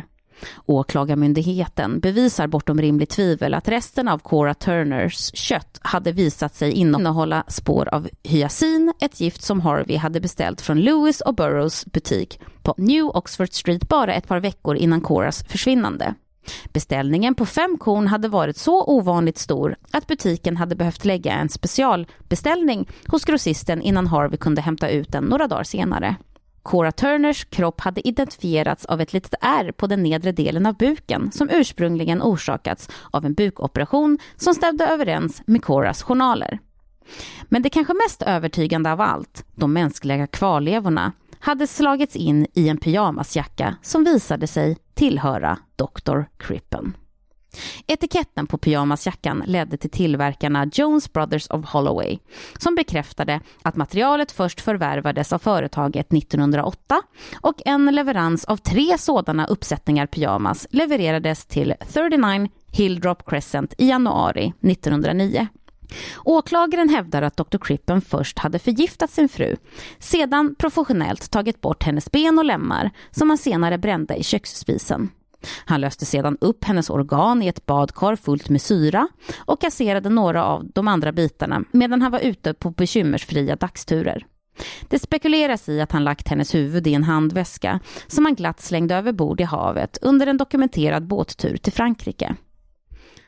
Åklagarmyndigheten bevisar bortom rimligt tvivel att resten av Cora Turners kött hade visat sig innehålla spår av hyasin, ett gift som Harvey hade beställt från Lewis och Burroughs butik på New Oxford Street bara ett par veckor innan Coras försvinnande. Beställningen på fem korn hade varit så ovanligt stor att butiken hade behövt lägga en specialbeställning hos grossisten innan Harvey kunde hämta ut den några dagar senare. Cora Turners kropp hade identifierats av ett litet ärr på den nedre delen av buken som ursprungligen orsakats av en bukoperation som stämde överens med Coras journaler. Men det kanske mest övertygande av allt, de mänskliga kvarlevorna, hade slagits in i en pyjamasjacka som visade sig tillhöra doktor Crippen. Etiketten på pyjamasjackan ledde till tillverkarna Jones Brothers of Holloway, som bekräftade att materialet först förvärvades av företaget nittonhundraåtta och en leverans av tre sådana uppsättningar pyjamas levererades till trettionio Hilldrop Crescent i januari nittonhundranio. Åklagaren hävdar att doktor Crippen först hade förgiftat sin fru, sedan professionellt tagit bort hennes ben och lemmar som han senare brände i köksspisen. Han löste sedan upp hennes organ i ett badkar fullt med syra och kasserade några av de andra bitarna medan han var ute på bekymmersfria dagsturer. Det spekuleras i att han lagt hennes huvud i en handväska som han glatt slängde över bord i havet under en dokumenterad båttur till Frankrike.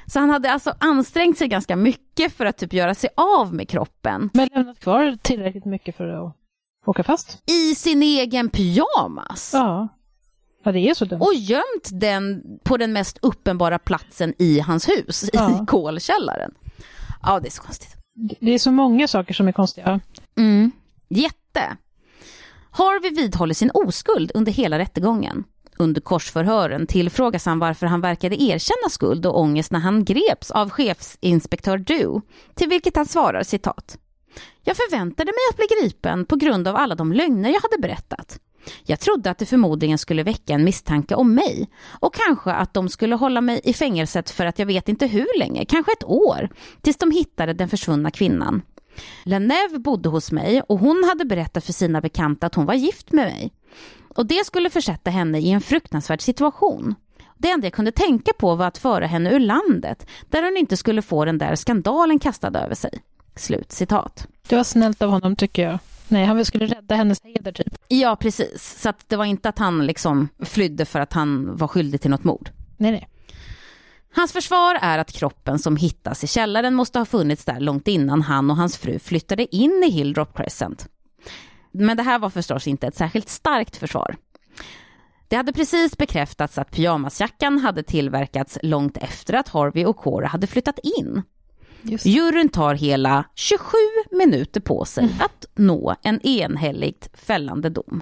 Så han hade alltså ansträngt sig ganska mycket för att typ göra sig av med kroppen. Men lämnat kvar tillräckligt mycket för att åka fast. I sin egen pyjamas. Ja. Ja, det är så dumt. Och gömt den på den mest uppenbara platsen i hans hus, ja. I kolkällaren. Ja, det är så konstigt. Det är så många saker som är konstiga. Mm. Jätte. Harvey vidhåller sin oskuld under hela rättegången. Under korsförhören tillfrågas han varför han verkade erkänna skuld och ångest när han greps av chefsinspektör Dew, till vilket han svarar citat: "Jag förväntade mig att bli gripen på grund av alla de lögner jag hade berättat. Jag trodde att det förmodligen skulle väcka en misstanke om mig och kanske att de skulle hålla mig i fängelset för att jag vet inte hur länge, kanske ett år, tills de hittade den försvunna kvinnan. Leneve bodde hos mig och hon hade berättat för sina bekanta att hon var gift med mig. Och det skulle försätta henne i en fruktansvärd situation. Det enda jag kunde tänka på var att föra henne ur landet, där hon inte skulle få den där skandalen kastad över sig." Slut citat. Det var snällt av honom, tycker jag. Nej, han skulle rädda hennes heder typ. Ja, precis. Så att det var inte att han liksom flydde för att han var skyldig till något mord. Nej, nej. Hans försvar är att kroppen som hittas i källaren måste ha funnits där långt innan han och hans fru flyttade in i Hilldrop Crescent. Men det här var förstås inte ett särskilt starkt försvar. Det hade precis bekräftats att pyjamasjackan hade tillverkats långt efter att Harvey och Cora hade flyttat in. Just. Juryn tar hela tjugosju minuter på sig mm. att nå en enhälligt fällande dom.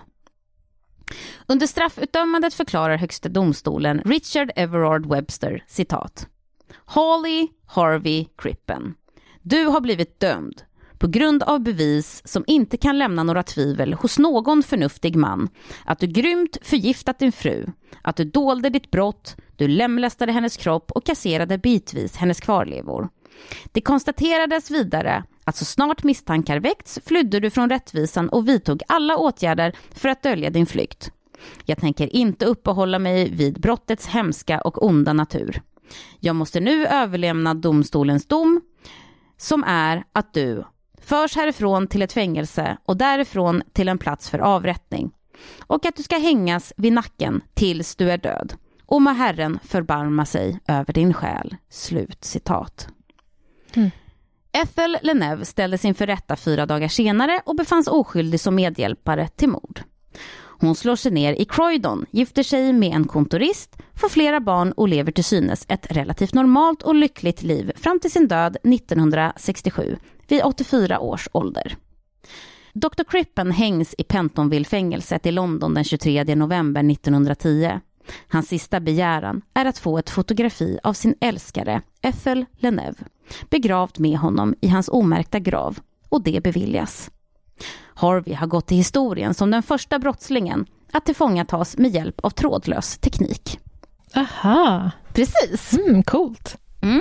Under straffutdömandet förklarar högsta domstolen Richard Everard Webster citat: "Hawley Harvey Crippen, du har blivit dömd på grund av bevis som inte kan lämna några tvivel hos någon förnuftig man, att du grymt förgiftat din fru, att du dolde ditt brott, du lemlästade hennes kropp och kasserade bitvis hennes kvarlevor. Det konstaterades vidare att så snart misstankar väckts flydde du från rättvisan och vidtog alla åtgärder för att dölja din flykt. Jag tänker inte uppehålla mig vid brottets hemska och onda natur. Jag måste nu överlämna domstolens dom, som är att du förs härifrån till ett fängelse och därifrån till en plats för avrättning, och att du ska hängas vid nacken tills du är död. Och må Herren förbarma sig över din själ." Slut citat. Mm. Ethel Leneve ställdes inför rätta fyra dagar senare och befanns oskyldig som medhjälpare till mord. Hon slår sig ner i Croydon, gifter sig med en kontorist, får flera barn och lever till synes ett relativt normalt och lyckligt liv fram till sin död nittonhundrasextiosju vid åttiofyra års ålder. doktor Crippen hängs i Pentonville-fängelset i London den tjugotredje november nittonhundratio. Hans sista begäran är att få ett fotografi av sin älskare Ethel Leneve, begravd med honom i hans omärkta grav, och det beviljas. Harvey har gått till historien som den första brottslingen att tillfångatas med hjälp av trådlös teknik. Aha. Precis. Mm, coolt. Mm.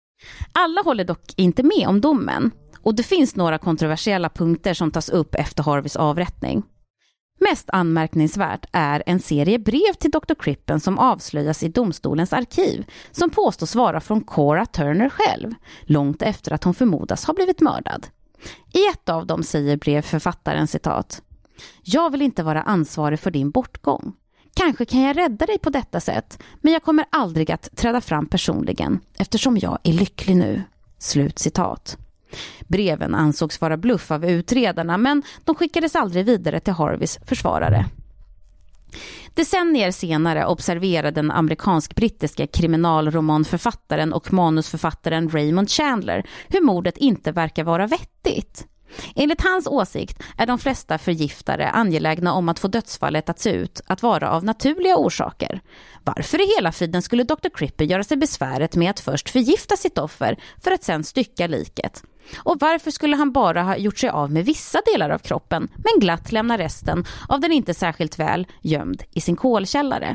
Alla håller dock inte med om domen, och det finns några kontroversiella punkter som tas upp efter Harveys avrättning. Mest anmärkningsvärt är en serie brev till doktor Crippen som avslöjas i domstolens arkiv, som påstås vara från Cora Turner själv, långt efter att hon förmodas ha blivit mördad. I ett av dem säger brevförfattaren citat: "Jag vill inte vara ansvarig för din bortgång. Kanske kan jag rädda dig på detta sätt, men jag kommer aldrig att träda fram personligen eftersom jag är lycklig nu." Slut citat. Breven ansågs vara bluff av utredarna, men de skickades aldrig vidare till Harveys försvarare. Decennier senare observerade den amerikansk-brittiska kriminalromanförfattaren och manusförfattaren Raymond Chandler hur mordet inte verkar vara vettigt. Enligt hans åsikt är de flesta förgiftare angelägna om att få dödsfallet att se ut att vara av naturliga orsaker. Varför i hela friden skulle doktor Crippen göra sig besväret med att först förgifta sitt offer för att sedan stycka liket? Och varför skulle han bara ha gjort sig av med vissa delar av kroppen men glatt lämna resten av den inte särskilt väl gömd i sin kolkällare?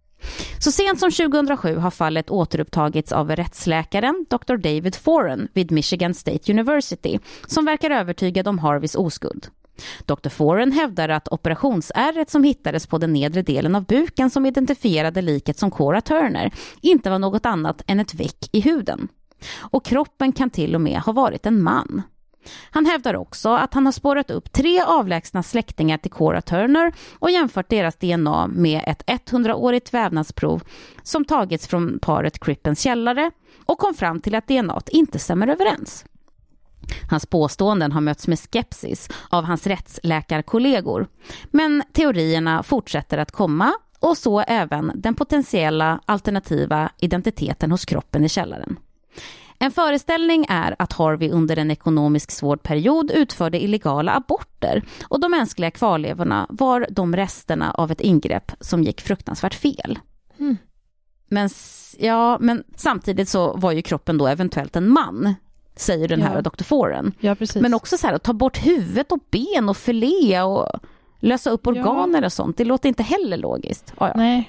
Så sent som tjugohundrasju har fallet återupptagits av rättsläkaren doktor David Foran vid Michigan State University, som verkar övertygad om Harveys oskuld. doktor Foran hävdar att operationsärret som hittades på den nedre delen av buken som identifierade liket som Cora Turner inte var något annat än ett veck i huden. Och kroppen kan till och med ha varit en man. Han hävdar också att han har spårat upp tre avlägsna släktingar till Cora Turner och jämfört deras D N A med ett hundraårigt vävnadsprov som tagits från paret Crippens källare och kom fram till att D N A inte stämmer överens. Hans påståenden har mötts med skepsis av hans rättsläkarkollegor, men teorierna fortsätter att komma och så även den potentiella alternativa identiteten hos kroppen i källaren. En föreställning är att Harvey under en ekonomiskt svår period utförde illegala aborter och de mänskliga kvarlevorna var de resterna av ett ingrepp som gick fruktansvärt fel. Mm. Men, ja, men samtidigt så var ju kroppen då eventuellt en man, säger den här ja. doktor Foren. Ja, precis. Men också så här att ta bort huvudet och ben och filé och lösa upp organer ja. och sånt. Det låter inte heller logiskt. Ja, ja. Nej.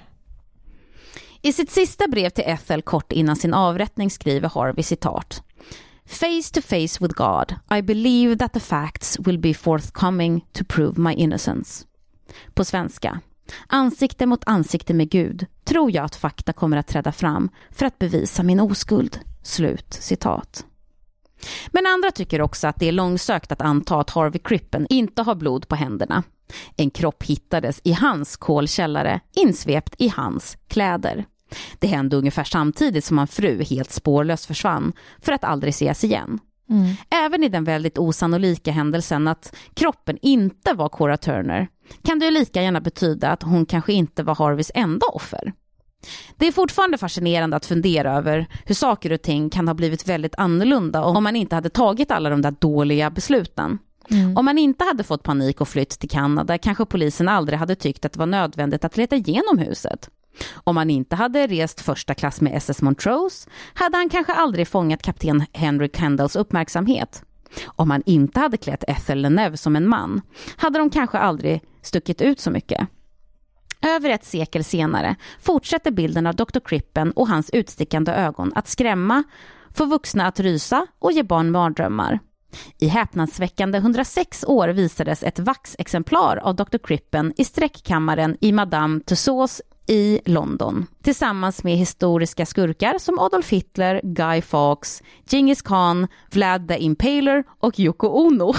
I sitt sista brev till Ethel kort innan sin avrättning skriver Harvey citat: "Face to face with God, I believe that the facts will be forthcoming to prove my innocence." På svenska: ansikte mot ansikte med Gud tror jag att fakta kommer att träda fram för att bevisa min oskuld. Slut citat. Men andra tycker också att det är långsökt att anta att Harvey Crippen inte har blod på händerna. En kropp hittades i hans kolkällare, insvept i hans kläder. Det hände ungefär samtidigt som hans fru helt spårlöst försvann för att aldrig ses igen. Mm. Även i den väldigt osannolika händelsen att kroppen inte var Cora Turner kan det ju lika gärna betyda att hon kanske inte var Harveys enda offer. Det är fortfarande fascinerande att fundera över hur saker och ting kan ha blivit väldigt annorlunda om man inte hade tagit alla de där dåliga besluten. Mm. Om man inte hade fått panik och flytt till Kanada kanske polisen aldrig hade tyckt att det var nödvändigt att leta igenom huset. Om man inte hade rest första klass med S S Montrose hade han kanske aldrig fångat kapten Henry Kendalls uppmärksamhet. Om man inte hade klätt Ethel Leneve som en man hade de kanske aldrig stuckit ut så mycket. Över ett sekel senare fortsätter bilden av doktor Crippen och hans utstickande ögon att skrämma, få vuxna att rysa och ge barn mardrömmar. I häpnadsväckande hundrasex år visades ett vaxexemplar av doktor Crippen i sträckkammaren i Madame Tussauds i London tillsammans med historiska skurkar som Adolf Hitler, Guy Fawkes, Genghis Khan, Vlad the Impaler och Yoko Ono.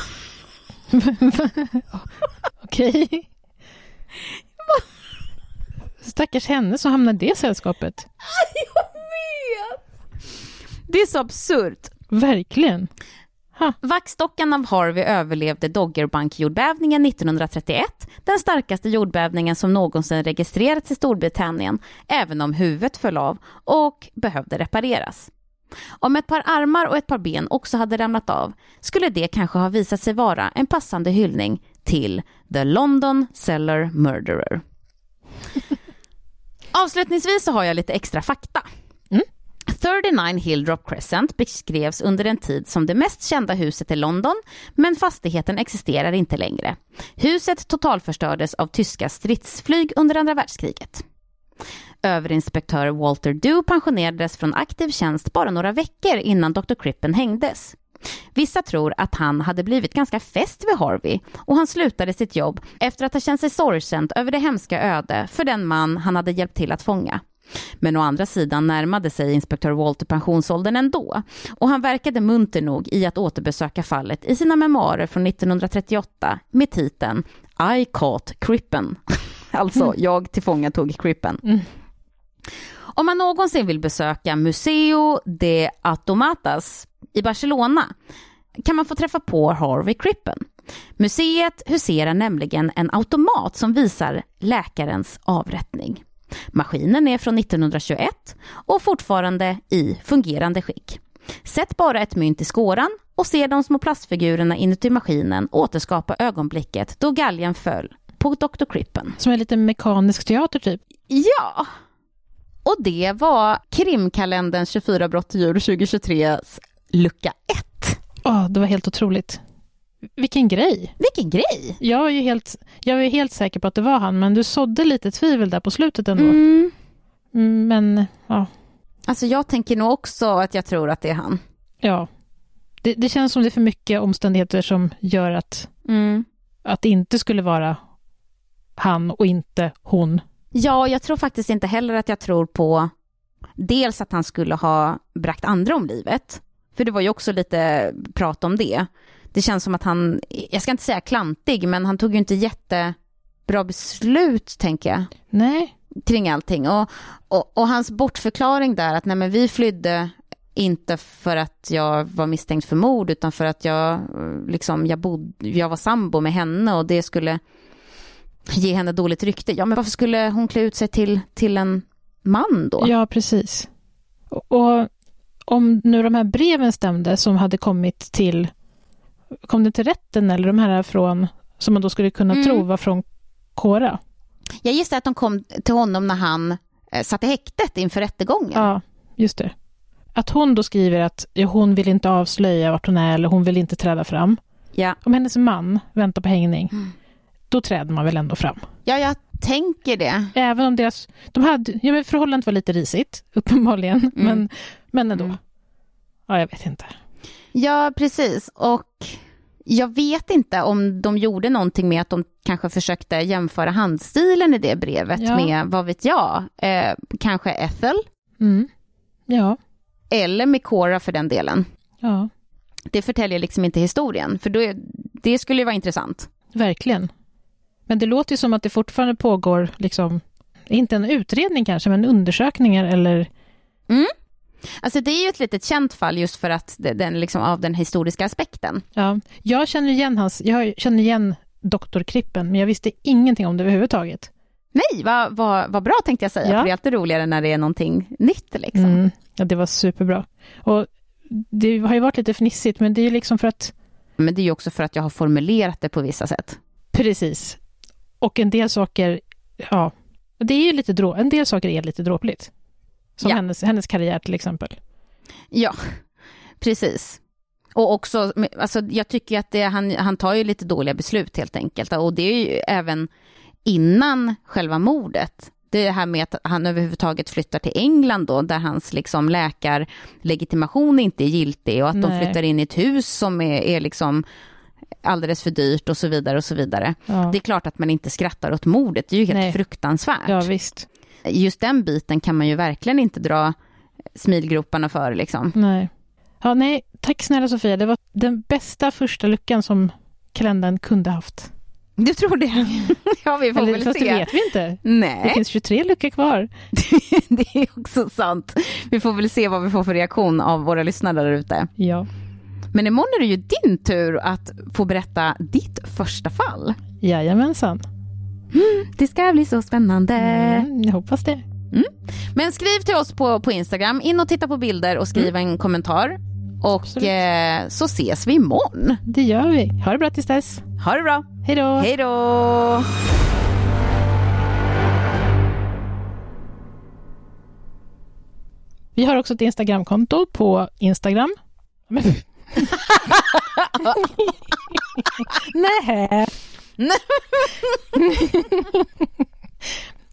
Okej. Okay. Stackars henne som hamnar i det sällskapet. Jag vet! Det är så absurt. Verkligen. Ha. Vaxdockan av Harvey överlevde Doggerbank-jordbävningen nittonhundratrettioett, den starkaste jordbävningen som någonsin registrerats i Storbritannien, även om huvudet föll av och behövde repareras. Om ett par armar och ett par ben också hade ramlat av skulle det kanske ha visat sig vara en passande hyllning till The London Cellar Murderer. Avslutningsvis så har jag lite extra fakta. Mm. fyrtionio Hilldrop Crescent beskrevs under en tid som det mest kända huset i London, men fastigheten existerar inte längre. Huset totalförstördes av tyska stridsflyg under andra världskriget. Överinspektör Walter Dew pensionerades från aktiv tjänst bara några veckor innan doktor Crippen hängdes. Vissa tror att han hade blivit ganska fäst vid Harvey och han slutade sitt jobb efter att ha känt sig sorgsen över det hemska öde för den man han hade hjälpt till att fånga. Men å andra sidan närmade sig inspektör Walter pensionsåldern ändå och han verkade munter nog i att återbesöka fallet i sina memoarer från nittonhundratrettioåtta med titeln I Caught Crippen. Alltså, mm. jag tillfångatog Crippen. Mm. Om man någonsin vill besöka Museo de Automatas i Barcelona kan man få träffa på Harvey Crippen. Museet huserar nämligen en automat som visar läkarens avrättning. Maskinen är från nittonhundratjugoett och fortfarande i fungerande skick. Sätt bara ett mynt i skåran och se de små plastfigurerna inuti maskinen återskapa ögonblicket då galgen föll på doktor Crippen. Som en liten mekanisk teater typ. Ja! Och det var krimkalenderns tjugofyra brott och djur tjugohundratjugotres lucka ett. Ja, oh, det var helt otroligt. Vilken grej. Vilken grej? Jag är ju helt, jag är helt säker på att det var han, men du sådde lite tvivel där på slutet ändå. Mm. Men, ja. Alltså jag tänker nog också att jag tror att det är han. Ja. Det, det känns som det är för mycket omständigheter som gör att, mm. att det inte skulle vara han och inte hon. Ja, jag tror faktiskt inte heller att jag tror på dels att han skulle ha bragt andra om livet. För det var ju också lite prat om det. det känns som att han, jag ska inte säga klantig, men han tog ju inte jättebra beslut, tänker jag. Nej. Kring allting. Och, och, och hans bortförklaring där, att nej, men vi flydde inte för att jag var misstänkt för mord, utan för att jag, liksom, jag, bod, jag var sambo med henne och det skulle ge henne dåligt rykte. Ja, men varför skulle hon klä ut sig till, till en man då? Ja, precis. Och, och om nu de här breven stämde som hade kommit till, kom det till rätten eller de här från, som man då skulle kunna mm. tro var från Cora? Jag gissar att de kom till honom när han eh, satt i häktet inför rättegången. Ja, just det. Att hon då skriver att ja, hon vill inte avslöja vart hon är eller hon vill inte träda fram. Ja. Om hennes man väntar på hängning, mm. då träder man väl ändå fram. Ja, jag tänker det. Även om deras, de hade, ja, men förhållandet var lite risigt, uppenbarligen. Mm. Men, men ändå. Mm. Ja, jag vet inte. Ja, precis. Och jag vet inte om de gjorde någonting med att de kanske försökte jämföra handstilen i det brevet ja. med, vad vet jag, eh, kanske Ethel. Mm. Ja. Eller med Cora för den delen. Ja. Det förtäljer liksom inte historien. För då är, det skulle ju vara intressant. Verkligen. Men det låter ju som att det fortfarande pågår liksom, inte en utredning kanske, men undersökningar eller... Mm. Alltså det är ju ett litet känt fall just för att den liksom av den historiska aspekten. Ja, jag känner igen hans, jag känner igen doktor Krippen, men jag visste ingenting om det överhuvudtaget. Nej, vad, vad, vad bra tänkte jag säga. Ja. För det är alltid roligare när det är någonting nytt liksom. Mm. Ja, det var superbra. Och det har ju varit lite fnissigt, men det är ju liksom för att... Men det är ju också för att jag har formulerat det på vissa sätt. Precis. Och en del saker, ja, det är ju lite drå... en del saker är lite dråpligt. Som ja. hennes, hennes karriär till exempel. Ja, precis. Och också, alltså, jag tycker att det, han, han tar ju lite dåliga beslut helt enkelt. Och det är ju även innan själva mordet. Det här med att han överhuvudtaget flyttar till England då, där hans liksom läkarlegitimation inte är giltig. Och att Nej. de flyttar in i ett hus som är, är liksom alldeles för dyrt och så vidare och så vidare. Ja. Det är klart att man inte skrattar åt mordet. Det är ju helt Nej. fruktansvärt. Ja, visst. Just den biten kan man ju verkligen inte dra smilgroparna för liksom. Nej. Ja, nej, tack snälla Sofia. Det var den bästa första luckan som kalendern kunde haft. Du tror det? Ja, vi får Eller, väl fast se. Det vet vi inte. Nej. Det finns tjugotre luckor kvar. Det är också sant. Vi får väl se vad vi får för reaktion av våra lyssnare där ute. Ja. Men imorgon är det ju din tur att få berätta ditt första fall. Jajamensan. Mm, det ska bli så spännande. Mm, jag hoppas det. Mm. Men skriv till oss på, på Instagram. In och titta på bilder och skriv mm. en kommentar. Och eh, så ses vi imorgon. Det gör vi. Ha det bra tills dess. Ha det bra. Hej då. Hej då. Vi har också ett Instagramkonto på Instagram. Nej.